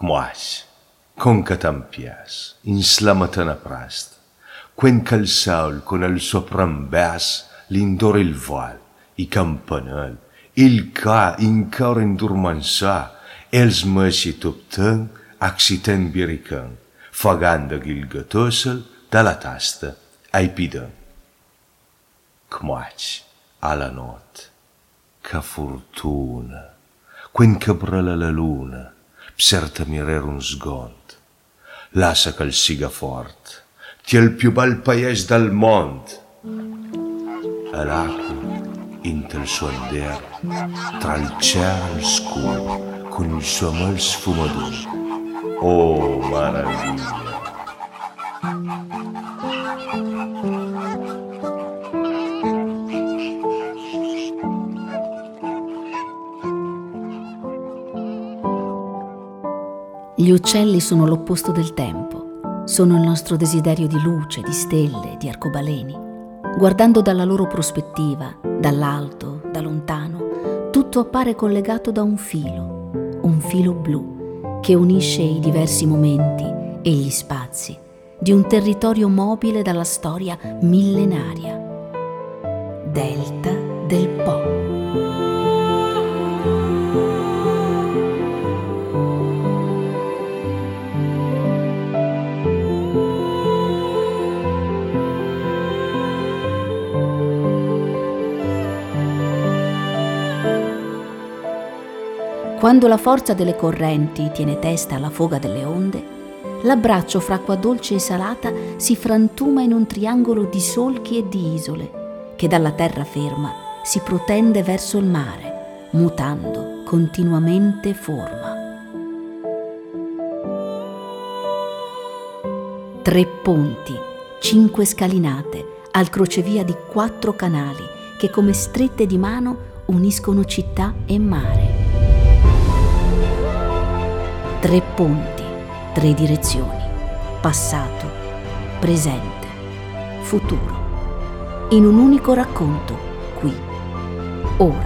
Cmoaci, con che t'ampias, inslamata prast, quen che il sol con il suo prambas l'indora il val, i campanel, il ca incor indurmansà, els mesi topten, acciten birican, faganda il gatossel dalla tasta ai pidan. Cmoaci, alla notte, che fortuna, quen che brilla la luna, pserta mirer un sgont. Lascia che il siga forte, ti è il più bel paese del mondo. E l'acqua, inter il suo andare, tra il cielo e il scuro, con il suo mal sfumatore. Oh, maraviglia! Gli uccelli sono l'opposto del tempo, sono il nostro desiderio di luce, di stelle, di arcobaleni. Guardando dalla loro prospettiva, dall'alto, da lontano, tutto appare collegato da un filo blu, che unisce i diversi momenti e gli spazi di un territorio mobile dalla storia millenaria. Delta del Po. Quando la forza delle correnti tiene testa alla foga delle onde, l'abbraccio fra acqua dolce e salata si frantuma in un triangolo di solchi e di isole, che dalla terra ferma si protende verso il mare, mutando continuamente forma. 3 ponti, 5 scalinate, al crocevia di 4 canali che come strette di mano uniscono città e mare. 3 ponti, 3 direzioni, passato, presente, futuro, in un unico racconto, qui, ora.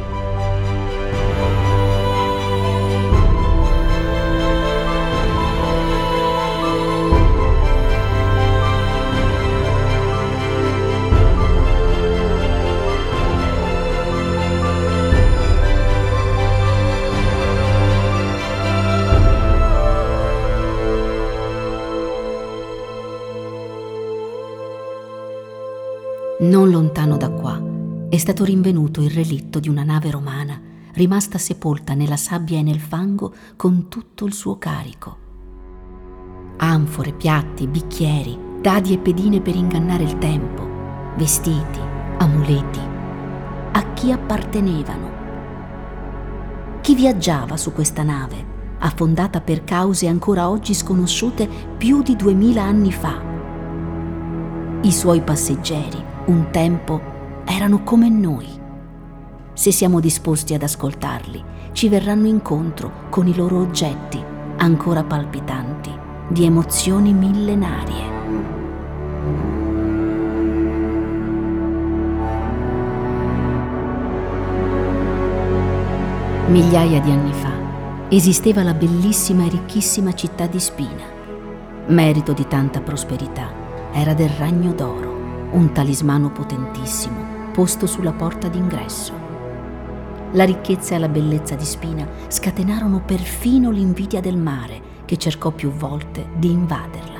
Non lontano da qua è stato rinvenuto il relitto di una nave romana rimasta sepolta nella sabbia e nel fango con tutto il suo carico. Anfore, piatti, bicchieri, dadi e pedine per ingannare il tempo, vestiti, amuleti. A chi appartenevano? Chi viaggiava su questa nave, affondata per cause ancora oggi sconosciute più di 2000 anni fa? I suoi passeggeri, un tempo, erano come noi. Se siamo disposti ad ascoltarli, ci verranno incontro con i loro oggetti, ancora palpitanti, di emozioni millenarie. Migliaia di anni fa esisteva la bellissima e ricchissima città di Spina. Merito di tanta prosperità era del ragno d'oro, un talismano potentissimo posto sulla porta d'ingresso. La ricchezza e la bellezza di Spina scatenarono perfino l'invidia del mare, che cercò più volte di invaderla.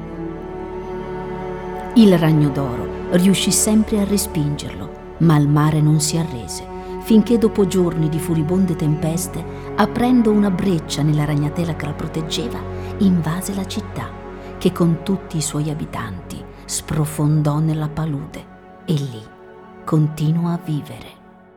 Il ragno d'oro riuscì sempre a respingerlo, ma il mare non si arrese, finché dopo giorni di furibonde tempeste, aprendo una breccia nella ragnatela che la proteggeva, invase la città, che con tutti i suoi abitanti sprofondò nella palude e lì continua a vivere.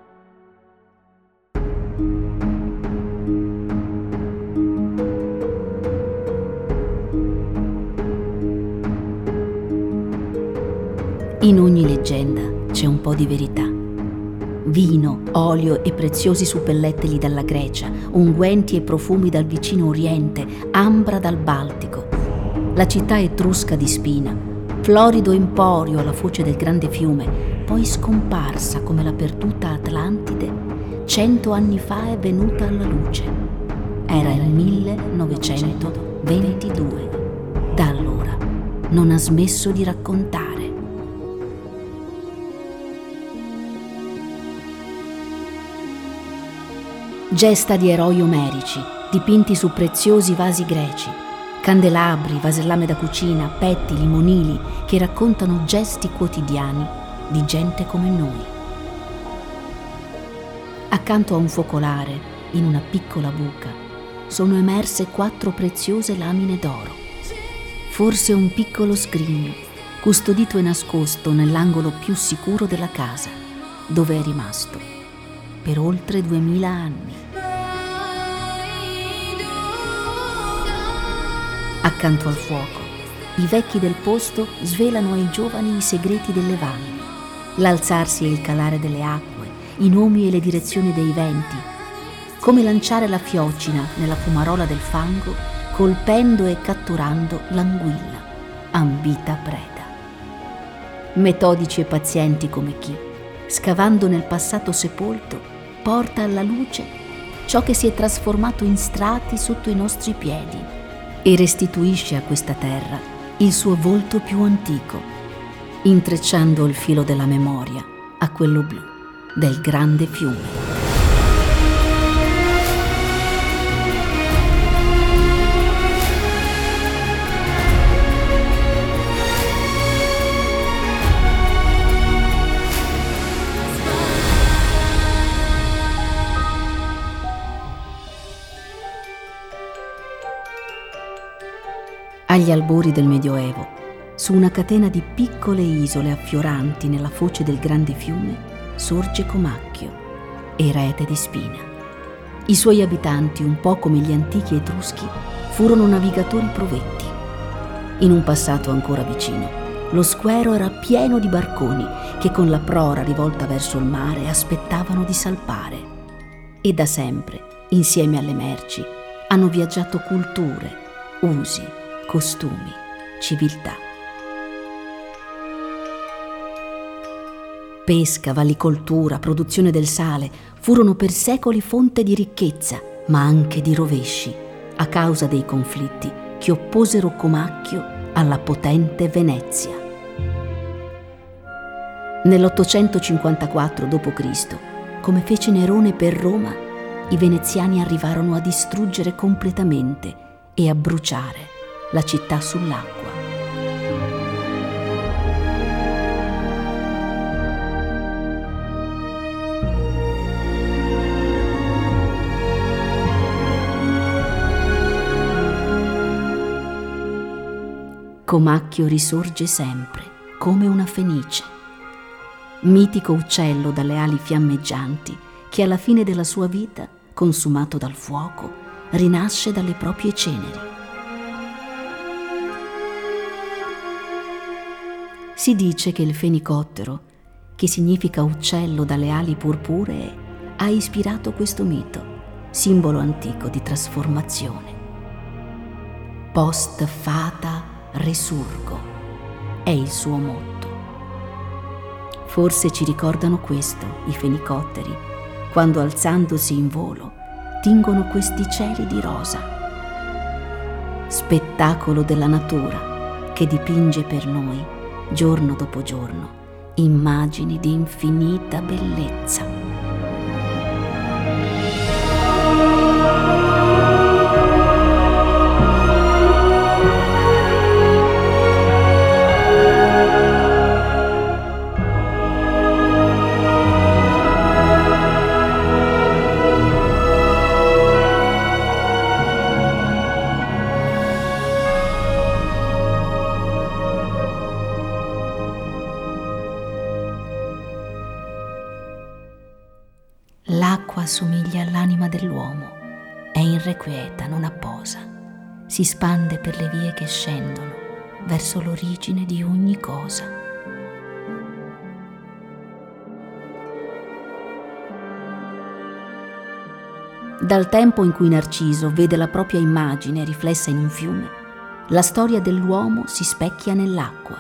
In ogni leggenda c'è un po' di verità. Vino, olio e preziosi suppellettili dalla Grecia, unguenti e profumi dal vicino Oriente, ambra dal Baltico. La città etrusca di Spina, florido emporio alla foce del grande fiume, poi scomparsa come la perduta Atlantide, 100 anni fa è venuta alla luce. È Era il 1922. Da allora non ha smesso di raccontare. Gesta di eroi omerici, dipinti su preziosi vasi greci, candelabri, vasellame da cucina, pettili, monili che raccontano gesti quotidiani di gente come noi. Accanto a un focolare, in una piccola buca, sono emerse 4 preziose lamine d'oro. Forse un piccolo scrigno, custodito e nascosto nell'angolo più sicuro della casa, dove è rimasto per oltre 2000 anni. Accanto al fuoco, i vecchi del posto svelano ai giovani i segreti delle valli, l'alzarsi e il calare delle acque, i nomi e le direzioni dei venti, come lanciare la fiocina nella fumarola del fango, colpendo e catturando l'anguilla, ambita preda. Metodici e pazienti come chi, scavando nel passato sepolto, porta alla luce ciò che si è trasformato in strati sotto i nostri piedi e restituisce a questa terra il suo volto più antico, intrecciando il filo della memoria a quello blu del grande fiume. Agli albori del Medioevo, su una catena di piccole isole affioranti nella foce del grande fiume, sorge Comacchio, erede di Spina. I suoi abitanti, un po' come gli antichi Etruschi, furono navigatori provetti. In un passato ancora vicino, lo squero era pieno di barconi che con la prora rivolta verso il mare aspettavano di salpare. E da sempre, insieme alle merci, hanno viaggiato culture, usi, costumi, civiltà. Pesca, vallicoltura, produzione del sale furono per secoli fonte di ricchezza, ma anche di rovesci, a causa dei conflitti che opposero Comacchio alla potente Venezia. Nell'854 d.C., come fece Nerone per Roma, i veneziani arrivarono a distruggere completamente e a bruciare la città sull'acqua. Comacchio risorge sempre, come una fenice. Mitico uccello dalle ali fiammeggianti che alla fine della sua vita, consumato dal fuoco, rinasce dalle proprie ceneri. Si dice che il fenicottero, che significa uccello dalle ali purpuree, ha ispirato questo mito, simbolo antico di trasformazione. Post fata resurgo è il suo motto. Forse ci ricordano questo i fenicotteri, quando alzandosi in volo tingono questi cieli di rosa. Spettacolo della natura che dipinge per noi giorno dopo giorno, immagini di infinita bellezza. L'acqua assomiglia all'anima dell'uomo, è irrequieta, non apposa, si spande per le vie che scendono verso l'origine di ogni cosa. Dal tempo in cui Narciso vede la propria immagine riflessa in un fiume, la storia dell'uomo si specchia nell'acqua.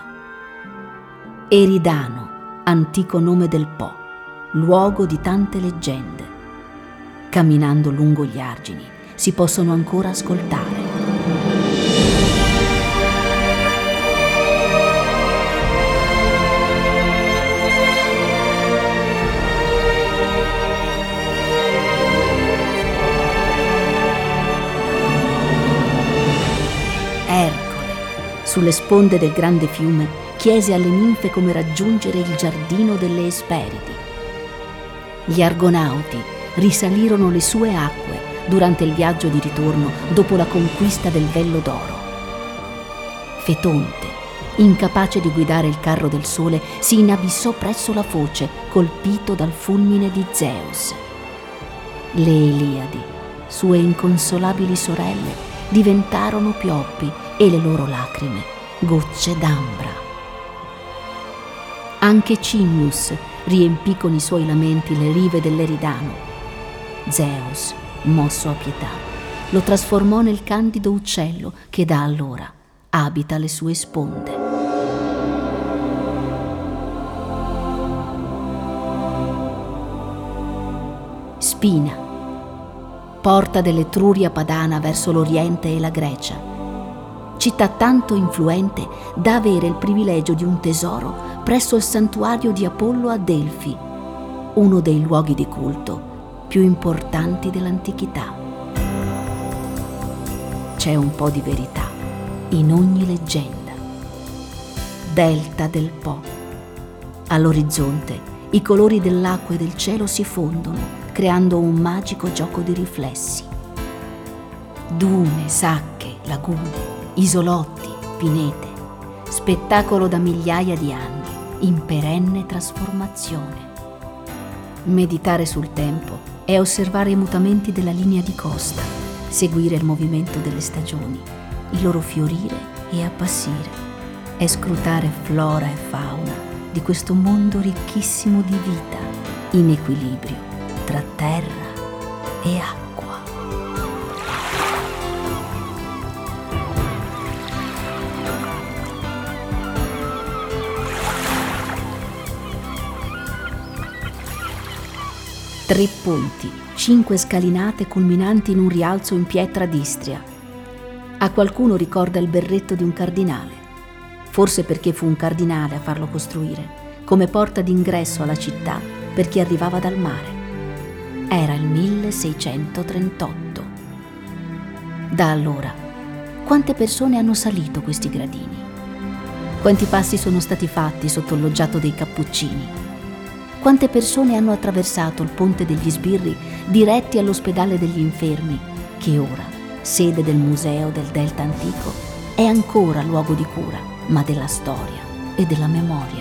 Eridano, antico nome del Po, luogo di tante leggende. Camminando lungo gli argini, si possono ancora ascoltare. Ercole, sulle sponde del grande fiume, chiese alle ninfe come raggiungere il giardino delle Esperidi. Gli argonauti risalirono le sue acque durante il viaggio di ritorno dopo la conquista del Vello d'Oro. Fetonte, incapace di guidare il carro del sole, si inabissò presso la foce, colpito dal fulmine di Zeus. Le Eliadi, sue inconsolabili sorelle, diventarono pioppi e le loro lacrime gocce d'ambra. Anche Cimnus riempì con i suoi lamenti le rive dell'Eridano. Zeus, mosso a pietà, lo trasformò nel candido uccello che da allora abita le sue sponde. Spina, porta dell'Etruria padana verso l'Oriente e la Grecia, città tanto influente da avere il privilegio di un tesoro presso il santuario di Apollo a Delfi, uno dei luoghi di culto più importanti dell'antichità. C'è un po' di verità in ogni leggenda. Delta del Po. All'orizzonte i colori dell'acqua e del cielo si fondono, creando un magico gioco di riflessi. Dune, sacche, lagune, isolotti, pinete, spettacolo da migliaia di anni, in perenne trasformazione. Meditare sul tempo è osservare i mutamenti della linea di costa, seguire il movimento delle stagioni, il loro fiorire e appassire, è scrutare flora e fauna di questo mondo ricchissimo di vita, in equilibrio tra terra e acqua. Tre ponti, 5 scalinate culminanti in un rialzo in pietra d'Istria. A qualcuno ricorda il berretto di un cardinale, forse perché fu un cardinale a farlo costruire, come porta d'ingresso alla città per chi arrivava dal mare. Era il 1638. Da allora, quante persone hanno salito questi gradini? Quanti passi sono stati fatti sotto il loggiato dei Cappuccini? Quante persone hanno attraversato il ponte degli Sbirri diretti all'ospedale degli infermi, che ora, sede del Museo del Delta Antico, è ancora luogo di cura, ma della storia e della memoria.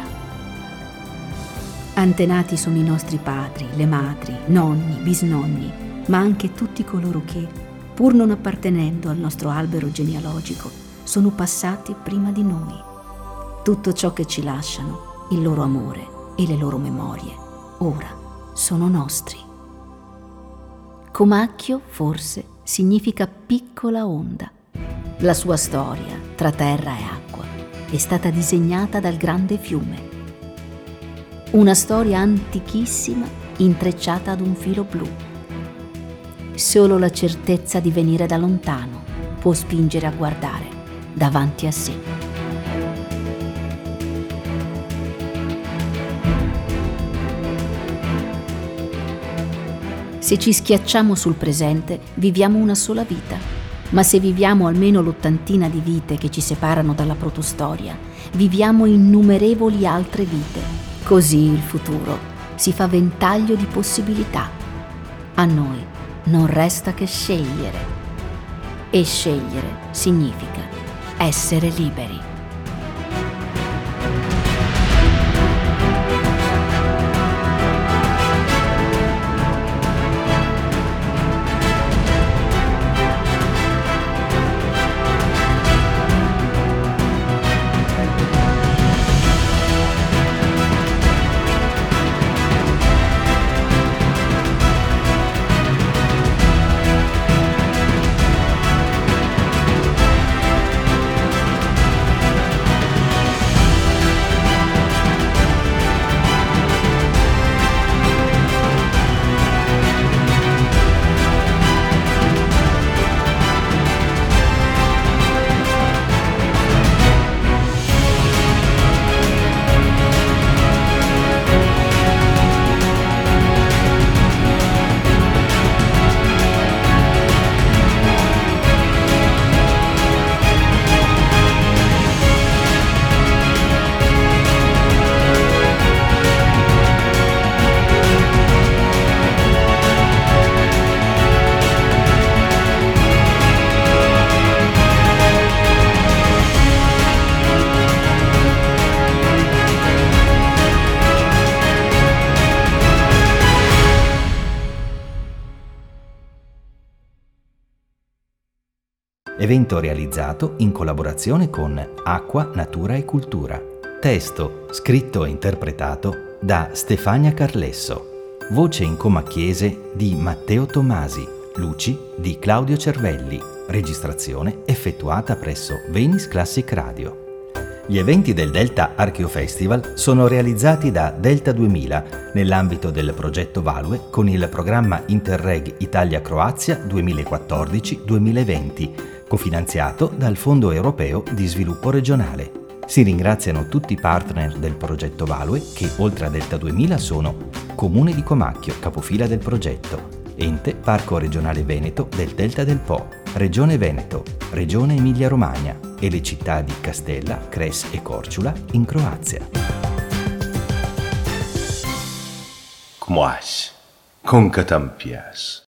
Antenati sono i nostri padri, le madri, nonni, bisnonni, ma anche tutti coloro che, pur non appartenendo al nostro albero genealogico, sono passati prima di noi. Tutto ciò che ci lasciano, il loro amore e le loro memorie, ora sono nostri. Comacchio, forse, significa piccola onda. La sua storia, tra terra e acqua, è stata disegnata dal grande fiume. Una storia antichissima intrecciata ad un filo blu. Solo la certezza di venire da lontano può spingere a guardare davanti a sé. Se ci schiacciamo sul presente, viviamo una sola vita, ma se viviamo almeno l'80 di vite che ci separano dalla protostoria, viviamo innumerevoli altre vite. Così il futuro si fa ventaglio di possibilità. A noi non resta che scegliere. E scegliere significa essere liberi. Evento realizzato in collaborazione con Acqua, Natura e Cultura. Testo scritto e interpretato da Stefania Carlesso. Voce in comacchiese di Matteo Tomasi. Luci di Claudio Cervelli. Registrazione effettuata presso Venice Classic Radio. Gli eventi del Delta Archeo Festival sono realizzati da Delta 2000 nell'ambito del progetto Value con il programma Interreg Italia-Croazia 2014-2020, cofinanziato dal Fondo Europeo di Sviluppo Regionale. Si ringraziano tutti i partner del progetto Value che, oltre a Delta 2000, sono Comune di Comacchio, capofila del progetto, Ente Parco Regionale Veneto del Delta del Po, Regione Veneto, Regione Emilia-Romagna e le città di Castella, Cres e Corciula in Croazia. Kmoas, con Catampias.